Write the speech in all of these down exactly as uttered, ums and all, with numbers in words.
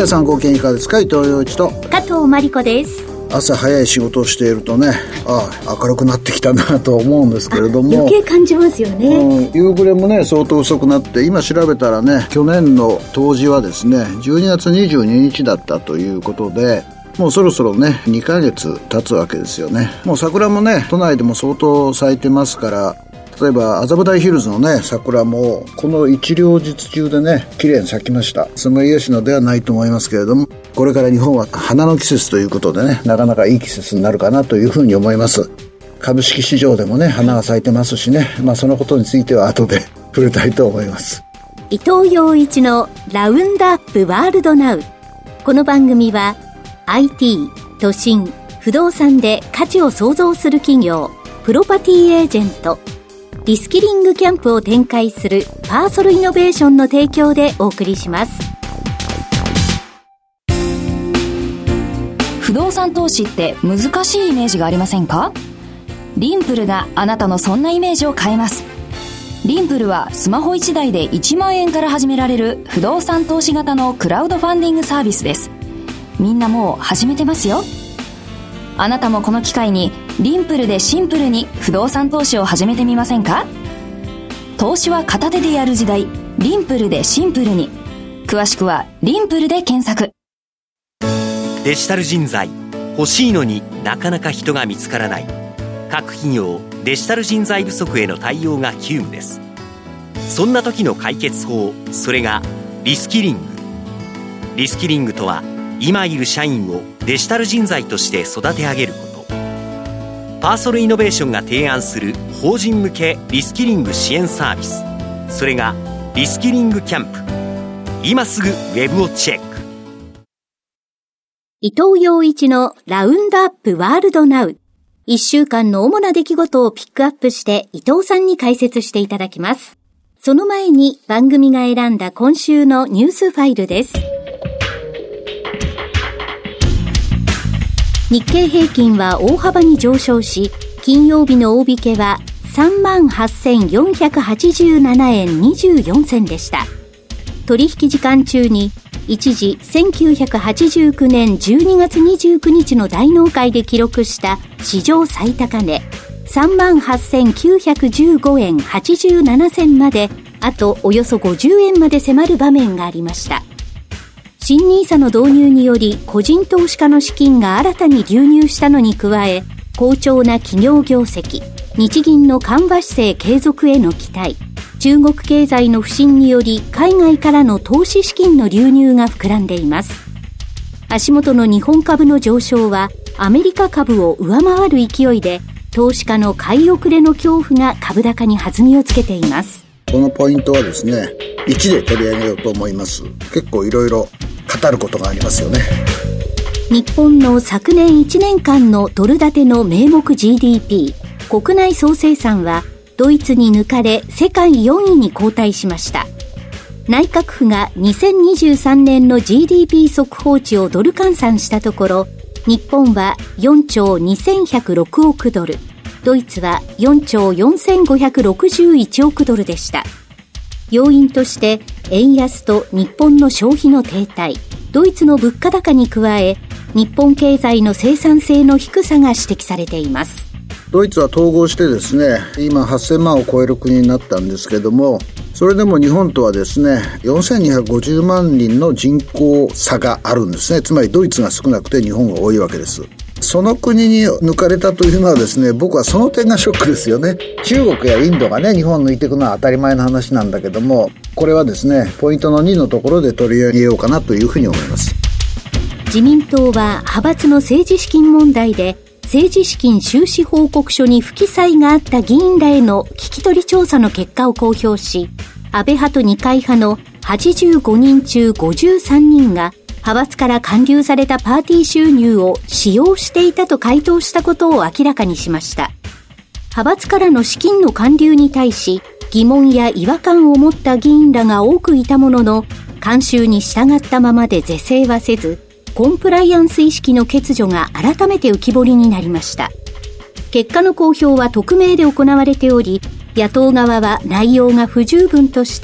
皆さんご機嫌いかがですか。伊藤洋一と加藤真理子です。 朝早い仕事をしているとね、ああ明るくなってきたなと思うんですけれども、 余計感じますよね、 うん、夕暮れもね相当遅くなって、今調べたらね、去年の冬至はですねじゅうにがつにじゅうににちだったということで、もうそろそろねにかげつ経つわけですよね。もう桜もね都内でも相当咲いてますから、例えば麻布台ヒルズのね桜もこの一両日中でね綺麗に咲きました。ソメイヨシノではないと思いますけれども、これから日本は花の季節ということでね、なかなかいい季節になるかなというふうに思います。株式市場でもね花が咲いてますしね、まあそのことについては後で触れたいと思います。 伊藤洋一のラウンドアップワールドナウ。この番組は アイティー、都心、不動産で価値を創造する企業プロパティエージェント、リスキリングキャンプを展開するパーソルイノベーションの提供でお送りします。 不動産投資って難しいイメージがありませんか？リンプルがあなたのそんなイメージを変えます。リンプルはスマホいちだいでいちまんえんから始められる不動産投資型のクラウドファンディングサービスです。みんなもう始めてますよ。あなたもこの機会にリンプルでシンプルに不動産投資を始めてみませんか？投資は片手でやる時代、リンプルでシンプルに。詳しくはリンプルで検索。 デジタル人材欲しいのになかなか人が見つからない。各企業デジタル人材不足への対応が急務です。そんな時の解決法、それがリスキリング。リスキリングとは、今いる社員をデジタル人材として育て上げること。パーソルイノベーションが提案する法人向けリスキリング支援サービス、それがリスキリングキャンプ。今すぐウェブをチェック。 伊藤洋一のラウンドアップワールドナウ。一週間の主な出来事をピックアップして伊藤さんに解説していただきます。その前に番組が選んだ今週のニュースファイルです。日経平均は大幅に上昇し、金曜日の大引けは さんまんはっせんよんひゃくはちじゅうななえんにじゅうよんせんでした。取引時間中に一時せんきゅうひゃくはちじゅうきゅうねんじゅうにがつにじゅうくにちの大納会で記録した史上最高値 さんまんはっせんきゅうひゃくじゅうごえんはちじゅうななせんまであとおよそごじゅうえんまで迫る場面がありました。新ニーサの導入により個人投資家の資金が新たに流入したのに加え、好調な企業業績、日銀の緩和姿勢継続への期待、中国経済の不振により海外からの投資資金の流入が膨らんでいます。足元の日本株の上昇はアメリカ株を上回る勢いで、投資家の買い遅れの恐怖が株高に弾みをつけています。 このポイントはですね、いちで取り上げようと思います。結構いろいろ語ることがありますよね。 日本の昨年いちねんかんのドル建ての名目 ジーディーピー 国内総生産はドイツに抜かれ世界よんいに後退しました。内閣府がにせんにじゅうさんねんの ジーディーピー 速報値をドル換算したところ、日本はよんちょうにせんひゃくろくおくドル、ドイツはよんちょうよんせんごひゃくろくじゅういちおくドルでした。要因として円安と日本の消費の停滞、ドイツの物価高に加え、日本経済の生産性の低さが指摘されています。 ドイツは統合してですね、今はっせんまんを超える国になったんですけども、それでも日本とはですねよんせんにひゃくごじゅうまんにんの人口差があるんですね。つまりドイツが少なくて日本が多いわけです。その国に抜かれたというのはですね、僕はその点がショックですよね。中国やインドがね日本を抜いていくのは当たり前の話なんだけども、これはですねポイントのにのところで取り上げようかなというふうに思います。 自民党は派閥の政治資金問題で政治資金収支報告書に不記載があった議員らへの聞き取り調査の結果を公表し、安倍派と二階派のはちじゅうごにんちゅうごじゅうさんにんが派閥から還流されたパーティー収入を使用していたと回答したことを明らかにしました。派閥からの資金の還流に対し疑問や違和感を持った議員らが多くいたものの、慣習に従ったままで是正はせず、コンプライアンス意識の欠如が改めて浮き彫りになりました。結果の公表は匿名で行われており、野党側は内容が不十分として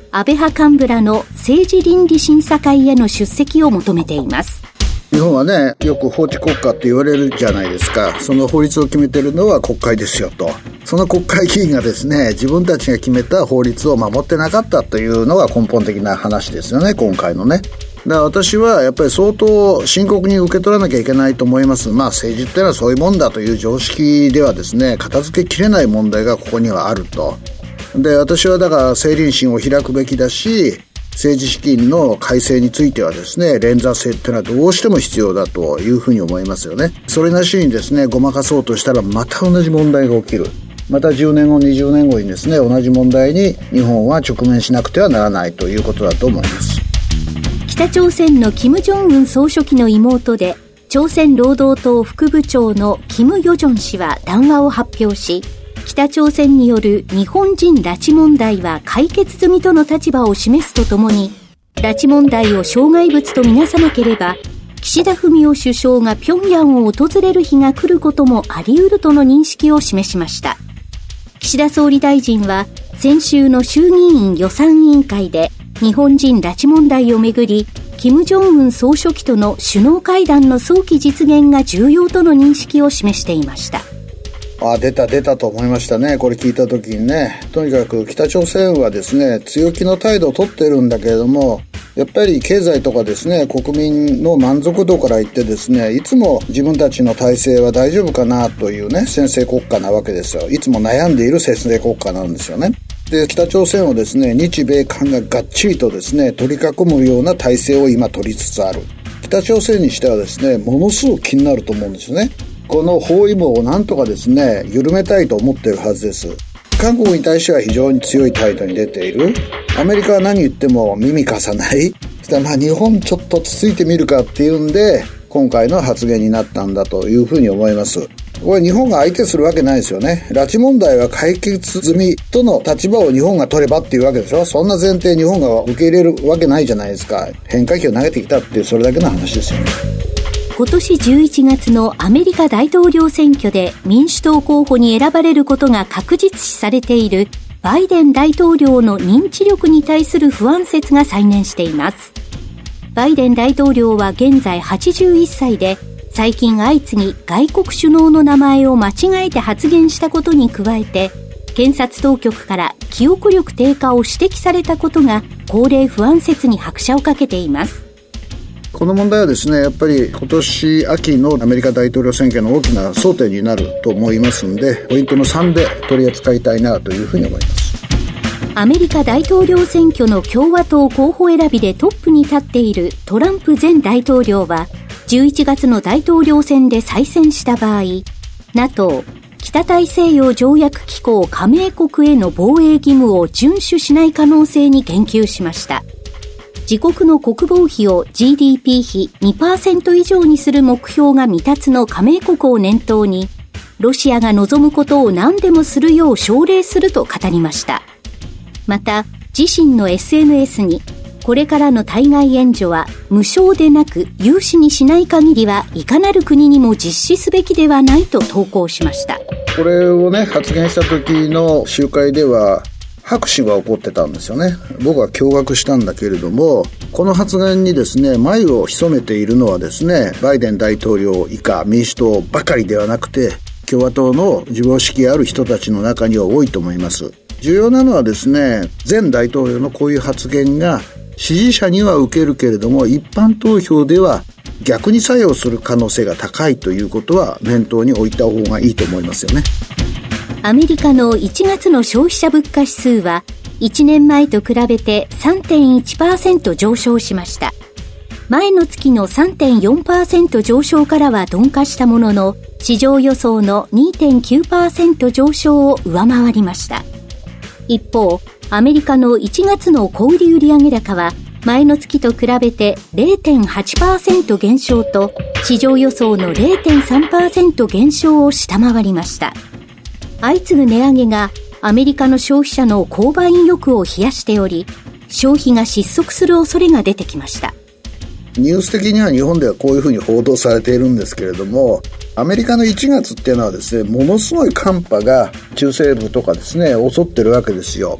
安倍派幹部らの政治倫理審査会への出席を求めています。 日本はね、よく法治国家って言われるじゃないですか。その法律を決めてるのは国会ですよと。その国会議員がですね、自分たちが決めた法律を守ってなかったというのが根本的な話ですよね、今回のね。だから私はやっぱり相当深刻に受け取らなきゃいけないと思います。まあ政治ってのはそういうもんだという常識ではですね、片付けきれない問題がここにはあると。で、私はだから政倫審を開くべきだし、政治資金の改正についてはですね、連座制っていうのはどうしても必要だというふうに思いますよね。それなしにですね、ごまかそうとしたらまた同じ問題が起きる。またじゅうねんご、にじゅうねんごにですね、同じ問題に日本は直面しなくてはならないということだと思います。 北朝鮮の金正恩総書記の妹で、朝鮮労働党副部長のキム・ヨジョン氏は談話を発表し、北朝鮮による日本人拉致問題は解決済みとの立場を示すとともに、拉致問題を障害物とみなさなければ、岸田文雄首相が平壌を訪れる日が来ることもあり得るとの認識を示しました。岸田総理大臣は先週の衆議院予算委員会で日本人拉致問題をめぐり、金正恩総書記との首脳会談の早期実現が重要との認識を示していました。 あ、出た出たと思いましたね。これ聞いた時にね。とにかく北朝鮮はですね、強気の態度を取ってるんだけれども、やっぱり経済とかですね、国民の満足度から言ってですね、いつも自分たちの体制は大丈夫かなというね、専制国家なわけですよ。いつも悩んでいる専制国家なんですよね。で、北朝鮮をですね、日米韓ががっちりとですね、取り囲むような体制を今取りつつある。北朝鮮にしてはですね、ものすごく気になると思うんですよね。この包囲網をなんとかですね、緩めたいと思っているはずです。韓国に対しては非常に強い態度に出ている。アメリカは何言っても耳貸さない。そしたらまあ日本ちょっとつついてみるかっていうんで、今回の発言になったんだというふうに思います。これ日本が相手するわけないですよね。拉致問題は解決済みとの立場を日本が取ればっていうわけでしょ。そんな前提日本が受け入れるわけないじゃないですか。変化球を投げてきたっていうそれだけの話ですよね。 今年じゅういちがつのアメリカ大統領選挙で民主党候補に選ばれることが確実視されているバイデン大統領の認知力に対する不安説が再燃しています。バイデン大統領は現在はちじゅういっさいで、最近相次ぎ外国首脳の名前を間違えて発言したことに加えて、検察当局から記憶力低下を指摘されたことが高齢不安説に拍車をかけています。 この問題はですね、やっぱり今年秋のアメリカ大統領選挙の大きな争点になると思いますので、ポイントのさんで取り扱いたいなというふうに思います。 アメリカ大統領選挙の共和党候補選びでトップに立っているトランプ前大統領は、じゅういちがつの大統領選で再選した場合、NATO 北大西洋条約機構加盟国への防衛義務を遵守しない可能性に言及しました。自国の国防費を ジーディーピー 比 にパーセント 以上にする目標が未達の加盟国を念頭に、ロシアが望むことを何でもするよう奨励すると語りました。また、自身の エスエヌエス に、これからの対外援助は無償でなく有志にしない限りはいかなる国にも実施すべきではないと投稿しました。 これをね、発言した時の集会では、拍手が起こってたんですよね。僕は驚愕したんだけれども、この発言にですね、眉を潜めているのはですね、バイデン大統領以下民主党ばかりではなくて、共和党の自暴式ある人たちの中には多いと思います。重要なのはですね、前大統領のこういう発言が支持者には受けるけれども、一般投票では逆に作用する可能性が高いということは念頭に置いた方がいいと思いますよね。 アメリカのいちがつの消費者物価指数はいちねんまえと比べて さんてんいちパーセント 上昇しました。前の月の さんてんよんパーセント 上昇からは鈍化したものの、市場予想の にてんきゅうパーセント 上昇を上回りました。一方、アメリカのいちがつの小売売上高は前の月と比べて れいてんはちパーセント 減少と、市場予想の れいてんさんパーセント 減少を下回りました。相次ぐ値上げがアメリカの消費者の購買意欲を冷やしており、消費が失速する恐れが出てきました。 ニュース的には日本ではこういうふうに報道されているんですけれども、アメリカのいちがつっていうのはですね、ものすごい寒波が中西部とかですね、襲ってるわけですよ。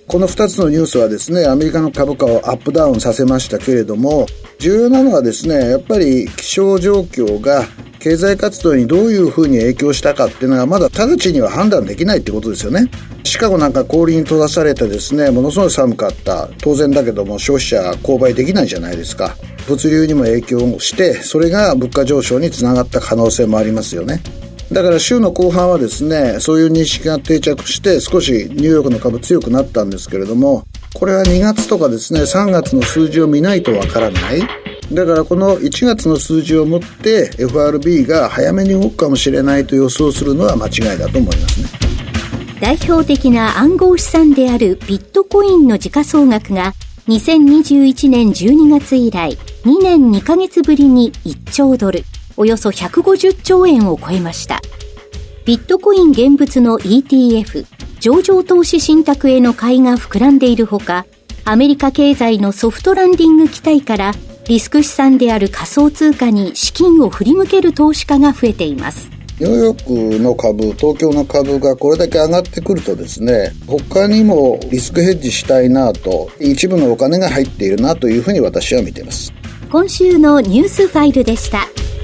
このふたつのニュースはですね、アメリカの株価をアップダウンさせましたけれども、重要なのはですね、やっぱり気象状況が経済活動にどういうふうに影響したかっていうのはまだ直ちには判断できないってことですよね。シカゴなんか氷に閉ざされてですね、ものすごい寒かった。当然だけども消費者は購買できないじゃないですか。物流にも影響して、それが物価上昇につながった可能性もありますよね。だから週の後半はですね、そういう認識が定着して少しニューヨークの株強くなったんですけれども、これはにがつとかですね、さんがつの数字を見ないとわからない。だからこのいちがつの数字をもって エフアールビー が早めに動くかもしれないと予想するのは間違いだと思いますね。 代表的な暗号資産であるビットコインの時価総額がにせんにじゅういちねんじゅうにがつ以来にねんにかげつぶりにいっちょうドル、およそひゃくごじゅっちょうえんを超えました。ビットコイン現物の イーティーエフ、上場投資信託への買いが膨らんでいるほか、アメリカ経済のソフトランディング期待からリスク資産である仮想通貨に資金を振り向ける投資家が増えています。 ニューヨークの株、東京の株がこれだけ上がってくるとですね、他にもリスクヘッジしたいなと、一部のお金が入っているなというふうに私は見ています。 今週のニュースファイルでした。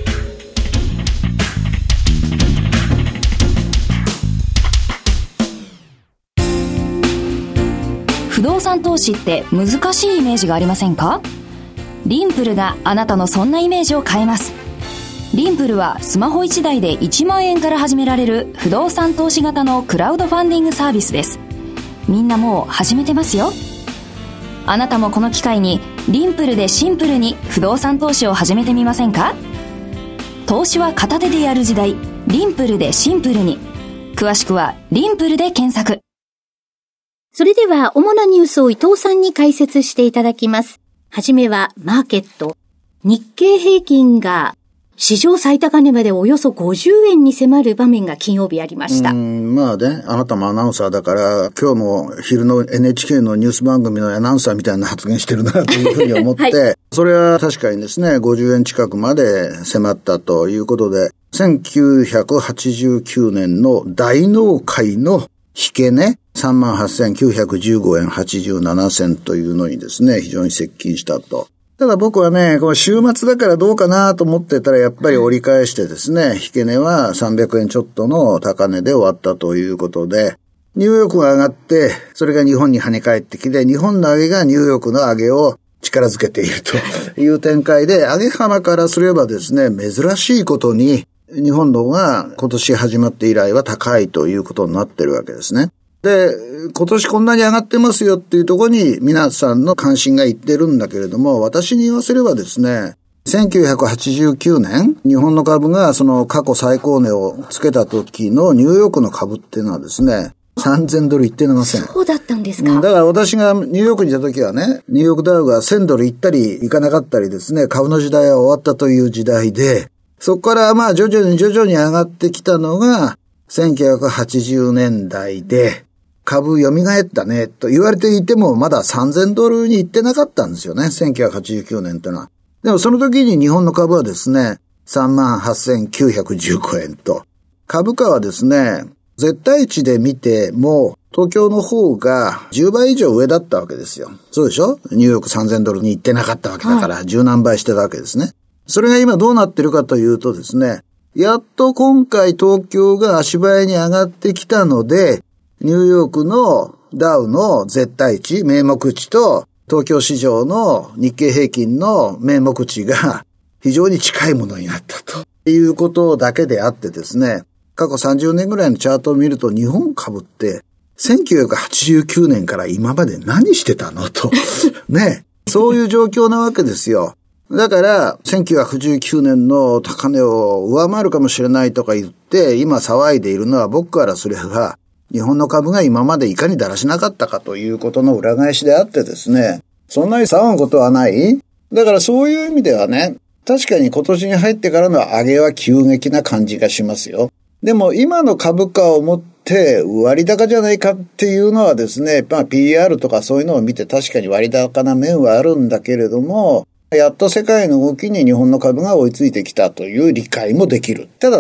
不動産投資って難しいイメージがありませんか？リンプルがあなたのそんなイメージを変えます。リンプルはスマホいちだいでいちまんえんから始められる不動産投資型のクラウドファンディングサービスです。みんなもう始めてますよ。あなたもこの機会にリンプルでシンプルに不動産投資を始めてみませんか？投資は片手でやる時代、リンプルでシンプルに。詳しくはリンプルで検索。 それでは主なニュースを伊藤さんに解説していただきます。はじめはマーケット。日経平均が史上最高値までおよそごじゅうえんに迫る場面が金曜日ありました。 うん、まあね、あなたもアナウンサーだから今日も昼の エヌエイチケー のニュース番組のアナウンサーみたいな発言してるなというふうに思って、はい、それは確かにですね、ごじゅうえん近くまで迫ったということで、せんきゅうひゃくはちじゅうきゅうねんの大納会の引け値、さんまんはっせんきゅうひゃくじゅうごえんはちじゅうななせんというのにですね、非常に接近したと。ただ僕はね、この週末だからどうかなと思ってたらやっぱり折り返してですね、引け値はさんびゃくえんちょっとの高値で終わったということで、ニューヨークが上がって、それが日本に跳ね返ってきて、日本の上げがニューヨークの上げを力づけているという展開で、上げ幅からすればですね、珍しいことに、日本のが今年始まって以来は高いということになってるわけですね。で、今年こんなに上がってますよっていうところに皆さんの関心がいってるんだけれども、私に言わせればですね、せんきゅうひゃくはちじゅうきゅうねん、日本の株がその過去最高値をつけた時のニューヨークの株っていうのはですね、さんぜんドルいってません。 そうだったんですか。 だから私がニューヨークにいた時はね、ニューヨークダウがせんドルいったりいかなかったりですね、株の時代は終わったという時代で、そこからまあ徐々に徐々に上がってきたのがせんきゅうひゃくはちじゅうねんだいで、株蘇ったねと言われていてもまださんぜんドルに行ってなかったんですよね。せんきゅうひゃくはちじゅうきゅうねんというのは。でもその時に日本の株はですね、さんまんはっせんきゅうひゃくじゅうごえんと。株価はですね、絶対値で見ても東京の方がじゅうばい以上上だったわけですよ。そうでしょ？ニューヨークさんぜんドルに行ってなかったわけだから、十何倍してたわけですね。それが今どうなってるかというとですね、やっと今回東京が足早に上がってきたので、ニューヨークのダウの絶対値、名目値と東京市場の日経平均の名目値が非常に近いものになったということだけであってですね、過去さんじゅうねんぐらいのチャートを見ると日本株ってせんきゅうひゃくはちじゅうきゅうねんから今まで何してたのとね、そういう状況なわけですよ。だからせんきゅうひゃくはちじゅうきゅうねんの高値を上回るかもしれないとか言って今騒いでいるのは、僕からすれば日本の株が今までいかにだらしなかったかということの裏返しであってですね、そんなに騒ぐことはない。だからそういう意味ではね、確かに今年に入ってからの上げは急激な感じがしますよ。でも今の株価をもって割高じゃないかっていうのはですね、まあ ピーアール とかそういうのを見て確かに割高な面はあるんだけれども、やっと世界の動きに日本の株が追いついてきたという理解もできる。ただね、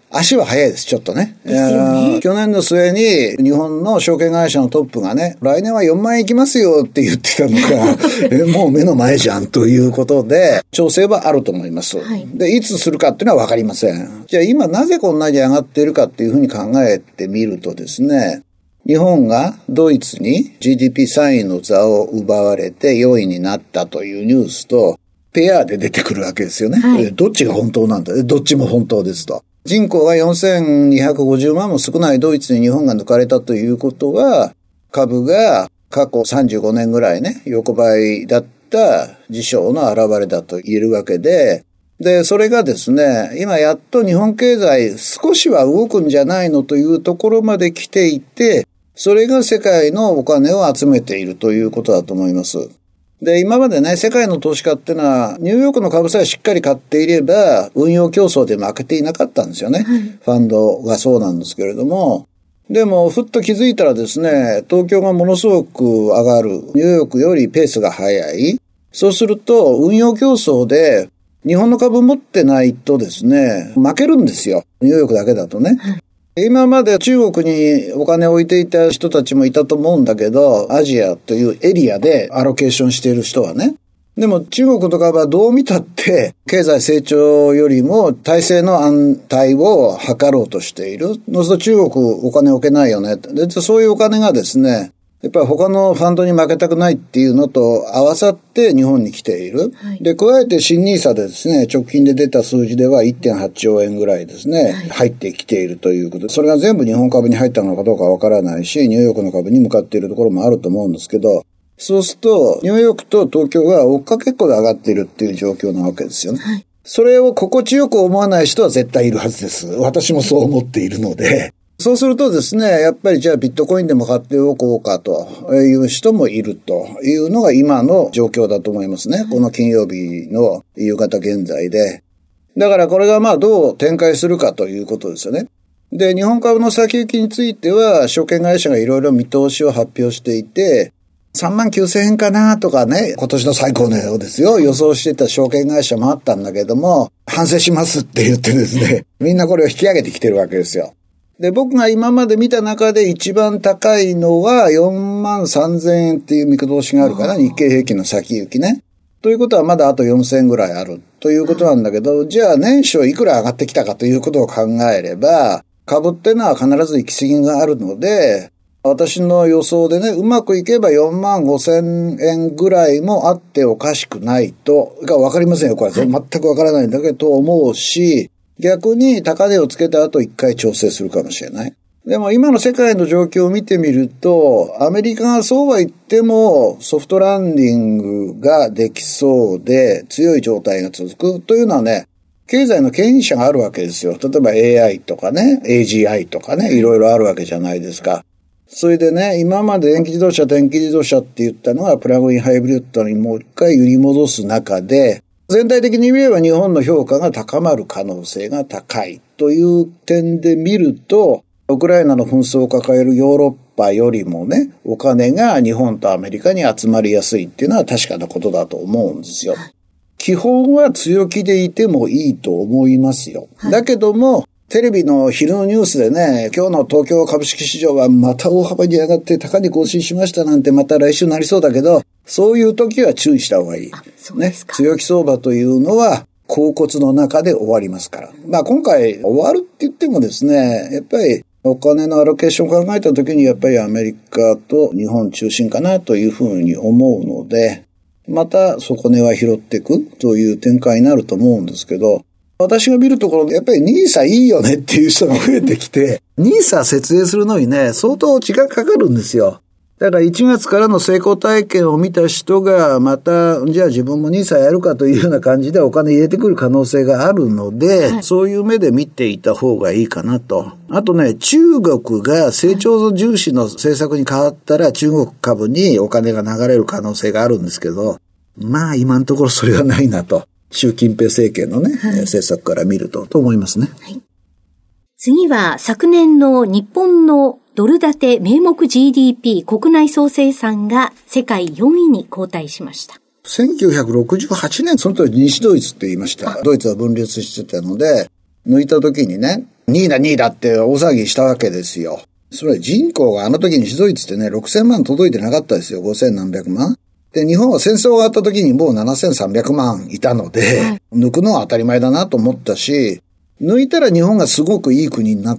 足は早いです、ちょっとね。 ですよね。 去年の末に日本の証券会社のトップがね、来年はよんまんえんいきますよって言ってたのが、えもう目の前じゃんということで、調整はあると思います。はい、で、いつするかっていうのはわかりません。じゃあ今なぜこんなに上がっているかっていうふうに考えてみるとですね、日本がドイツに ジーディーピーさんいの座を奪われてよんいになったというニュースと、ペアで出てくるわけですよね。はい、どっちが本当なんだ？どっちも本当ですと。人口がよんせんにひゃくごじゅうまんも少ないドイツに日本が抜かれたということは、株が過去さんじゅうごねんぐらいね、横ばいだった事象の表れだと言えるわけで、で、それがですね、今やっと日本経済少しは動くんじゃないのというところまで来ていて、それが世界のお金を集めているということだと思います。で、今までね、世界の投資家ってのは、ニューヨークの株さえしっかり買っていれば、運用競争で負けていなかったんですよね。はい、ファンドがそうなんですけれども、でも、ふっと気づいたらですね、東京がものすごく上がる。ニューヨークよりペースが速い。そうすると、運用競争で、日本の株持ってないとですね、負けるんですよ。ニューヨークだけだとね。はい、今まで中国にお金を置いていた人たちもいたと思うんだけど、アジアというエリアでアロケーションしている人はね。でも中国とかはどう見たって経済成長よりも体制の安泰を図ろうとしている。そうすると中国お金置けないよね。で、そういうお金がですね、やっぱり他のファンドに負けたくないっていうのと合わさって日本に来ている。はい、で、加えて新ニーサでですね、直近で出た数字では いってんはちちょうえんぐらいですね、はい、入ってきているということで、それが全部日本株に入ったのかどうかわからないし、ニューヨークの株に向かっているところもあると思うんですけど、そうすると、ニューヨークと東京が追っかけっこで上がっているっていう状況なわけですよね。はい、それを心地よく思わない人は絶対いるはずです。私もそう思っているので。そうするとですね、やっぱりじゃあビットコインでも買っておこうかという人もいるというのが今の状況だと思いますね。この金曜日の夕方現在で。だからこれがまあどう展開するかということですよね。で、日本株の先行きについては証券会社がいろいろ見通しを発表していて、さんまんきゅうせんえんかなとかね、今年の最高値をですよ、予想してた証券会社もあったんだけども、反省しますって言ってですね、みんなこれを引き上げてきてるわけですよ。で、僕が今まで見た中で一番高いのはよんまんさんぜんえんっていう見通しがあるかな、日経平均の先行きね。ということはまだあとよんせんえんぐらいあるということなんだけど、じゃあ年初いくら上がってきたかということを考えれば、株ってのは必ず行き過ぎがあるので、私の予想でね、うまくいけばよんまんごせんえんぐらいもあっておかしくないと、がわかりませんよ、これ。全くわからないんだけど、思うし、逆に高値をつけた後一回調整するかもしれない。でも今の世界の状況を見てみると、アメリカがそうは言ってもソフトランディングができそうで強い状態が続くというのはね、経済の牽引者があるわけですよ。例えば エーアイ とかね、エージーアイ とかね、いろいろあるわけじゃないですか。それでね、今まで電気自動車、電気自動車って言ったのはプラグインハイブリッドにもう一回揺り戻す中で、全体的に見れば日本の評価が高まる可能性が高いという点で見ると、ウクライナの紛争を抱えるヨーロッパよりもね、お金が日本とアメリカに集まりやすいっていうのは確かなことだと思うんですよ。基本は強気でいてもいいと思いますよ。だけども、テレビの昼のニュースでね、今日の東京株式市場はまた大幅に上がって高値更新しましたなんてまた来週なりそうだけど、そういう時は注意した方がいい。ね、強気相場というのは甲骨の中で終わりますから。まあ今回終わるって言ってもですね、やっぱりお金のアロケーションを考えた時にやっぱりアメリカと日本中心かなというふうに思うので、また底値は拾っていくという展開になると思うんですけど、私が見るところでやっぱりニーサいいよねっていう人が増えてきて、ニーサ設営するのにね、相当時間かかるんですよ。だからいちがつからの成功体験を見た人がまた、じゃあ自分もニーサやるかというような感じでお金入れてくる可能性があるので、はい、そういう目で見ていた方がいいかなと。あとね、中国が成長重視の政策に変わったら中国株にお金が流れる可能性があるんですけど、まあ今のところそれはないなと。習近平政権のね、はい、政策から見ると、と思いますね。はい、 次は昨年の日本のドル建て名目 ジーディーピー 国内総生産が世界よんいに後退しました。 せんきゅうひゃくろくじゅうはちねん、その時西ドイツって言いました。ドイツは分裂してたので、抜いた時にね、 にいだにいだって大騒ぎしたわけですよ。それは人口があの時にドイツってね、ろくせんまん届いてなかったですよ。ごせんなんびゃくまん。で、日本は戦争があった時にもうななせんさんびゃくまんいたので、はい、抜くのは当たり前だなと思ったし、抜いたら日本がすごくいい国になって、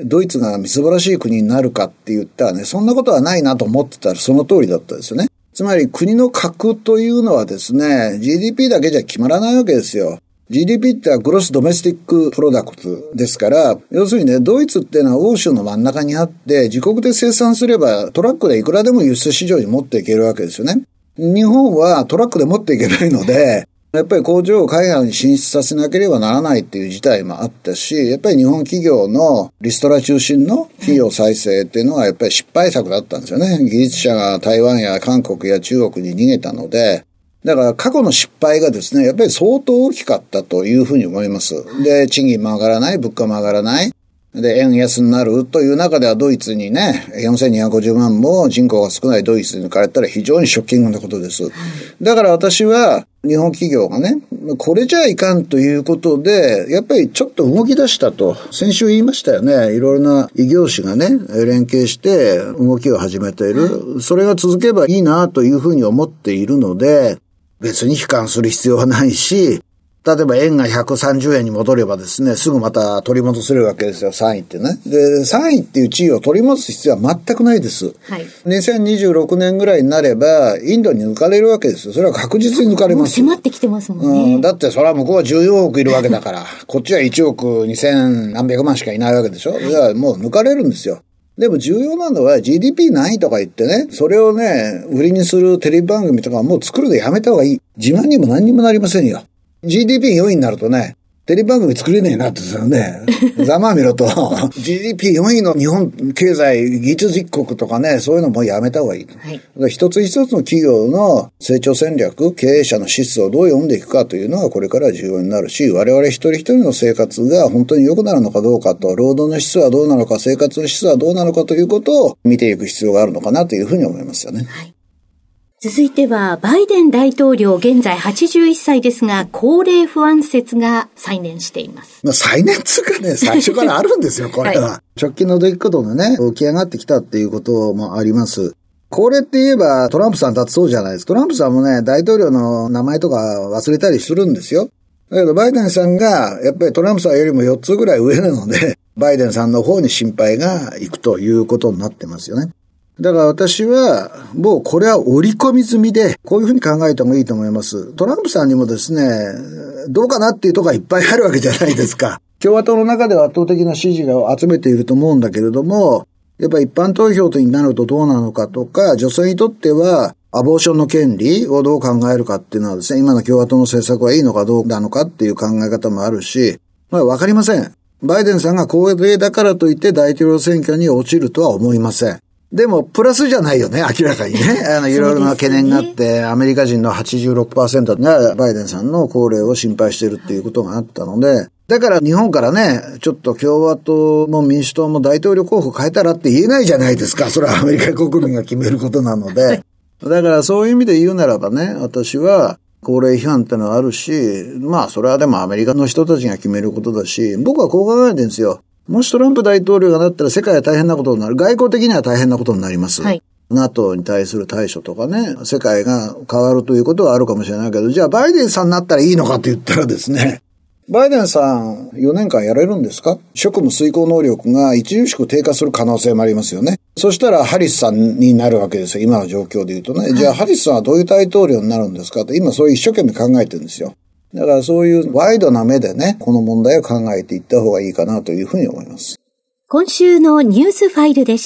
ドイツが素晴らしい国になるかって言ったらね、そんなことはないなと思ってたらその通りだったですよね。つまり国の格というのはですね、ジーディーピー だけじゃ決まらないわけですよ。ジーディーピー ってグロスドメスティックプロダクトですから、要するにね、ドイツっていうのは欧州の真ん中にあって、自国で生産すればトラックでいくらでも輸出市場に持っていけるわけですよね。日本はトラックで持っていけないので、やっぱり工場を海外に進出させなければならないっていう事態もあったし、やっぱり日本企業のリストラ中心の企業再生っていうのはやっぱり失敗作だったんですよね。技術者が台湾や韓国や中国に逃げたので、だから過去の失敗がですね、やっぱり相当大きかったというふうに思います。で、賃金も上がらない、物価も上がらない。で、円安になるという中ではドイツにね、よんせんにひゃくごじゅうまんも人口が少ないドイツに抜かれたら非常にショッキングなことです。だから私は日本企業がね、これじゃいかんということで、やっぱりちょっと動き出したと。先週言いましたよね。いろいろな異業種がね、連携して動きを始めている。それが続けばいいなというふうに思っているので、別に悲観する必要はないし、例えば円がひゃくさんじゅうえんに戻ればですね、すぐまた取り戻せるわけですよ、さんいってね。で、さんいっていう地位を取り戻す必要は全くないです。はい。にせんにじゅうろくねんぐらいになれば、インドに抜かれるわけですよ。それは確実に抜かれます。 もう迫ってきてますもんね。 うん。だってそれは向こうはじゅうよんおくいるわけだから、こっちはいちおくにせんなんびゃくまんしかいないわけでしょ。じゃあもう抜かれるんですよ。でも重要なのは ジーディーピー 何位とか言ってね、それをね、売りにするテレビ番組とかもう作るのやめた方がいい。自慢にも何にもなりませんよ。ジーディーピーよんいになるとね、テレビ番組作れねえなってですよね。ざまあみろと、ジーディーピーよんいの日本経済技術実国とかね、そういうのもやめた方がいい。はい、だから一つ一つの企業の成長戦略、経営者の資質をどう読んでいくかというのがこれから重要になるし、我々一人一人の生活が本当に良くなるのかどうかと、労働の質はどうなのか、生活の質はどうなのかということを見ていく必要があるのかなというふうに思いますよね。はい、 続いては、バイデン大統領、現在はちじゅういっさいですが、高齢不安説が再燃しています。 まあ、再燃つうかね、最初からあるんですよ、これは。はい、直近の出来事がね、起き上がってきたっていうこともあります。高齢って言えば、トランプさんだってそうじゃないですか。トランプさんもね、大統領の名前とか忘れたりするんですよ。だけど、バイデンさんが、やっぱりトランプさんよりもよっつぐらい上なので、バイデンさんの方に心配がいくということになってますよね。だから私は、もうこれは織り込み済みで、こういうふうに考えてもいいと思います。トランプさんにもですね、どうかなっていうところがいっぱいあるわけじゃないですか。共和党の中では圧倒的な支持を集めていると思うんだけれども、やっぱり一般投票になるとどうなのかとか、女性にとっては、アボーションの権利をどう考えるかっていうのはですね、今の共和党の政策はいいのかどうなのかっていう考え方もあるし、まあわかりません。バイデンさんが高齢だからといって大統領選挙に落ちるとは思いません。でも、プラスじゃないよね、明らかにね。あの、いろいろな懸念があって、ね、アメリカ人の はちじゅうろくパーセント がバイデンさんの高齢を心配しているっていうことがあったので、だから日本からね、ちょっと共和党も民主党も大統領候補変えたらって言えないじゃないですか。それはアメリカ国民が決めることなので。だからそういう意味で言うならばね、私は、高齢批判ってのはあるし、まあそれはでもアメリカの人たちが決めることだし、僕はこう考えてるんですよ。もしトランプ大統領がなったら世界は大変なことになる。外交的には大変なことになります。はい、NATO に対する対処とかね、世界が変わるということはあるかもしれないけど、じゃあバイデンさんになったらいいのかって言ったらですね、バイデンさんよねんかんやれるんですか？職務遂行能力が著しく低下する可能性もありますよね。そしたらハリスさんになるわけですよ。今の状況で言うとね。じゃあハリスさんはどういう大統領になるんですかって今そういう一生懸命考えてるんですよ。だからそういうワイドな目でね、この問題を考えていった方がいいかなというふうに思います。 今週のニュースファイルでした。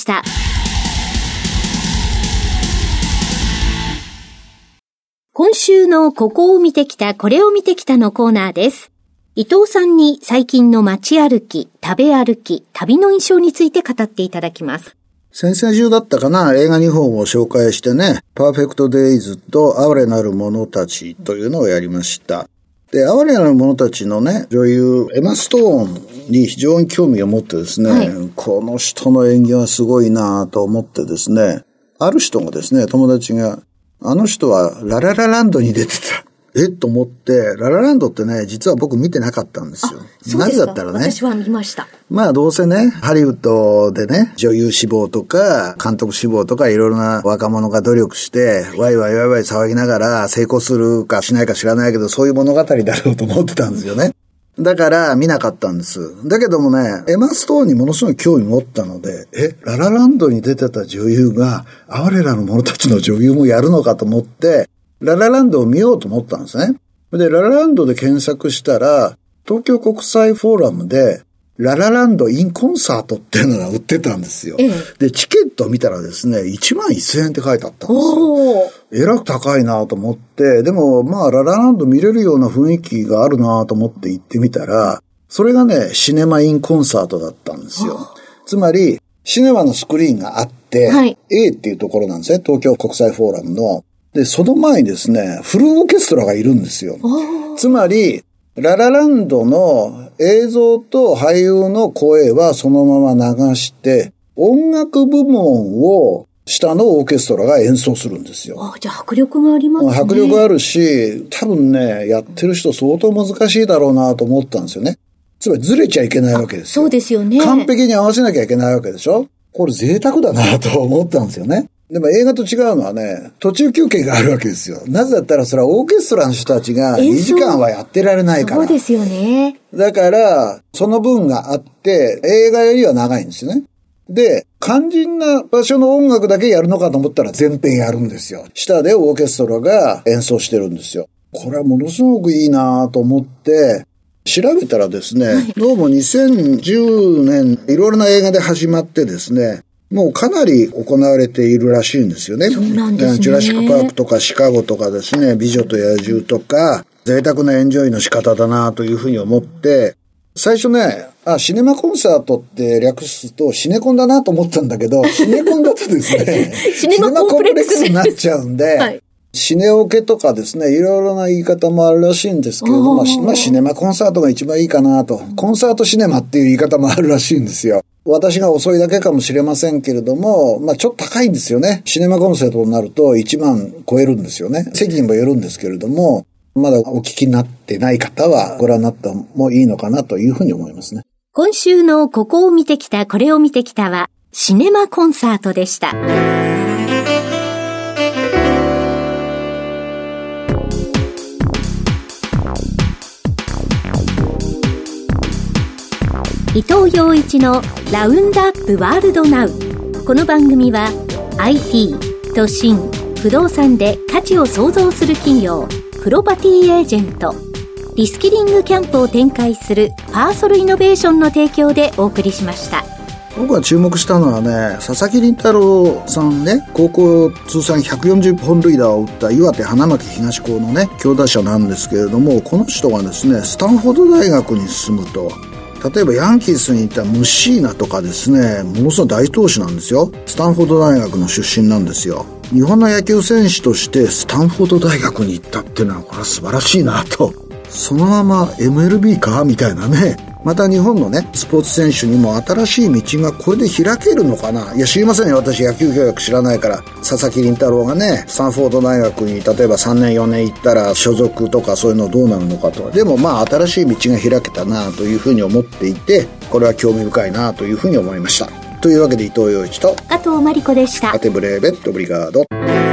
今週のここを見てきた、これを見てきたのコーナーです。伊藤さんに最近の街歩き、食べ歩き、旅の印象について語っていただきます。 先々週だったかな、映画にほんを紹介してね、パーフェクトデイズと哀れなる者たちというのをやりました。で、哀れなる者たちのね、女優、エマ・ストーンに非常に興味を持ってですね、はい、この人の演技はすごいなと思ってですね、ある人がですね、友達が、あの人はラララランドに出てた。 えっと思って、ララランドってね、実は僕見てなかったんですよ。なぜだったらね。 私は見ました。 まあどうせね、ハリウッドでね、女優志望とか、監督志望とかいろいろな若者が努力して、ワイワイワイワイ騒ぎながら成功するかしないか知らないけど、そういう物語だろうと思ってたんですよね。だから見なかったんです。だけどもね、エマ・ストーンにものすごい興味持ったので、え、ララランドに出てた女優が、哀れなる者たちの女優もやるのかと思って、ララランドを見ようと思ったんですね。で、ララランドで検索したら、東京国際フォーラムで、ララランドインコンサートっていうのが売ってたんですよ。ええ、で、チケットを見たらですね、いちまんせんえんって書いてあったんですよ。えらく高いなと思って、でもまあ、ララランド見れるような雰囲気があるなと思って行ってみたら、それがね、シネマインコンサートだったんですよ。つまり、シネマのスクリーンがあって、はい、A っていうところなんですね、東京国際フォーラムの。で、その前にですね、フルオーケストラがいるんですよ。つまり、ララランドの映像と俳優の声はそのまま流して、音楽部門を下のオーケストラが演奏するんですよ。 あ、じゃあ迫力がありますね。 迫力あるし、多分ね、やってる人相当難しいだろうなと思ったんですよね。つまりずれちゃいけないわけですよ。 そうですよね。 完璧に合わせなきゃいけないわけでしょ。これ贅沢だなと思ったんですよね。でも映画と違うのはね、途中休憩があるわけですよ。なぜだったらそれはオーケストラの人たちがにじかんはやってられないから。 そうですよね。 だから、その分があって、映画よりは長いんですよね。で、肝心な場所の音楽だけやるのかと思ったら全編やるんですよ。下でオーケストラが演奏してるんですよ。これはものすごくいいなと思って、調べたらですね、はい、どうもにせんじゅうねん、いろいろな映画で始まってですね、もうかなり行われているらしいんですよね。 そうなんですね。 ジュラシックパークとかシカゴとかですね、美女と野獣とか、贅沢なエンジョイの仕方だなというふうに思って、最初ね、あ、シネマコンサートって略すとシネコンだなと思ったんだけど、シネコンだとですね、 シネマコンプレックスになっちゃうんで、はい、シネオケとかですね、いろいろな言い方もあるらしいんですけれども、まあ、シネマコンサートが一番いいかなと。コンサートシネマっていう言い方もあるらしいんですよ。私が遅いだけかもしれませんけれども、まあちょっと高いんですよね。シネマコンサートになるといちまん超えるんですよね。席にもよるんですけれども、まだお聞きになってない方はご覧になったもいいのかなというふうに思いますね。 今週のここを見てきた、これを見てきたは、シネマコンサートでした。伊藤洋一のラウンドアップワールドナウ。この番組は アイティー、都心、不動産で価値を創造する企業、プロパティエージェント、リスキリングキャンプを展開するパーソルイノベーションの提供でお送りしました。 僕が注目したのはね、佐々木麟太郎さんね、高校通算ひゃくよんじゅっぽん塁打を打った岩手花巻東高のね、強打者なんですけれども、この人がですね、スタンフォード大学に進むと、例えばヤンキースにいたムシーナとかですね、ものすごい大投手なんですよ。スタンフォード大学の出身なんですよ。日本の野球選手としてスタンフォード大学に行ったっていうのはこれは素晴らしいなと。そのまま エムエルビー かみたいなね。また日本のね、スポーツ選手にも新しい道がこれで開けるのかな。いや知りませんよ、私野球教育知らないから。佐々木麟太郎がね、スタンフォード大学に例えばさんねんよねん行ったら所属とかそういうのどうなるのかと。でもまあ新しい道が開けたなというふうに思っていて、これは興味深いなというふうに思いました。というわけで伊藤洋一と加藤真理子でした。 アテブレーベットブリガード。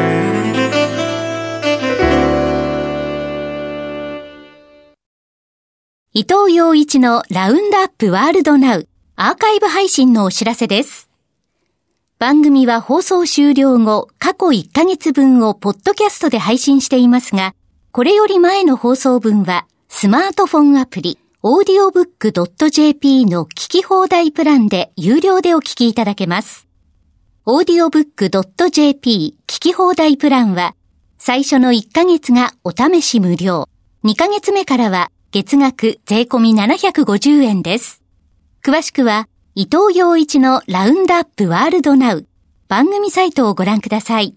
伊藤洋一のラウンドアップワールドナウアーカイブ配信のお知らせです。番組は放送終了後、過去いっかげつぶんをポッドキャストで配信していますが、これより前の放送分はスマートフォンアプリオーディオブックドットジェーピー の聞き放題プランで有料でお聞きいただけます。オーディオブックドットジェーピー 聞き放題プランは最初のいっかげつがお試し無料、にかげつめからは月額税込みななひゃくごじゅうえんです。詳しくは伊藤洋一のラウンドアップワールドナウ番組サイトをご覧ください。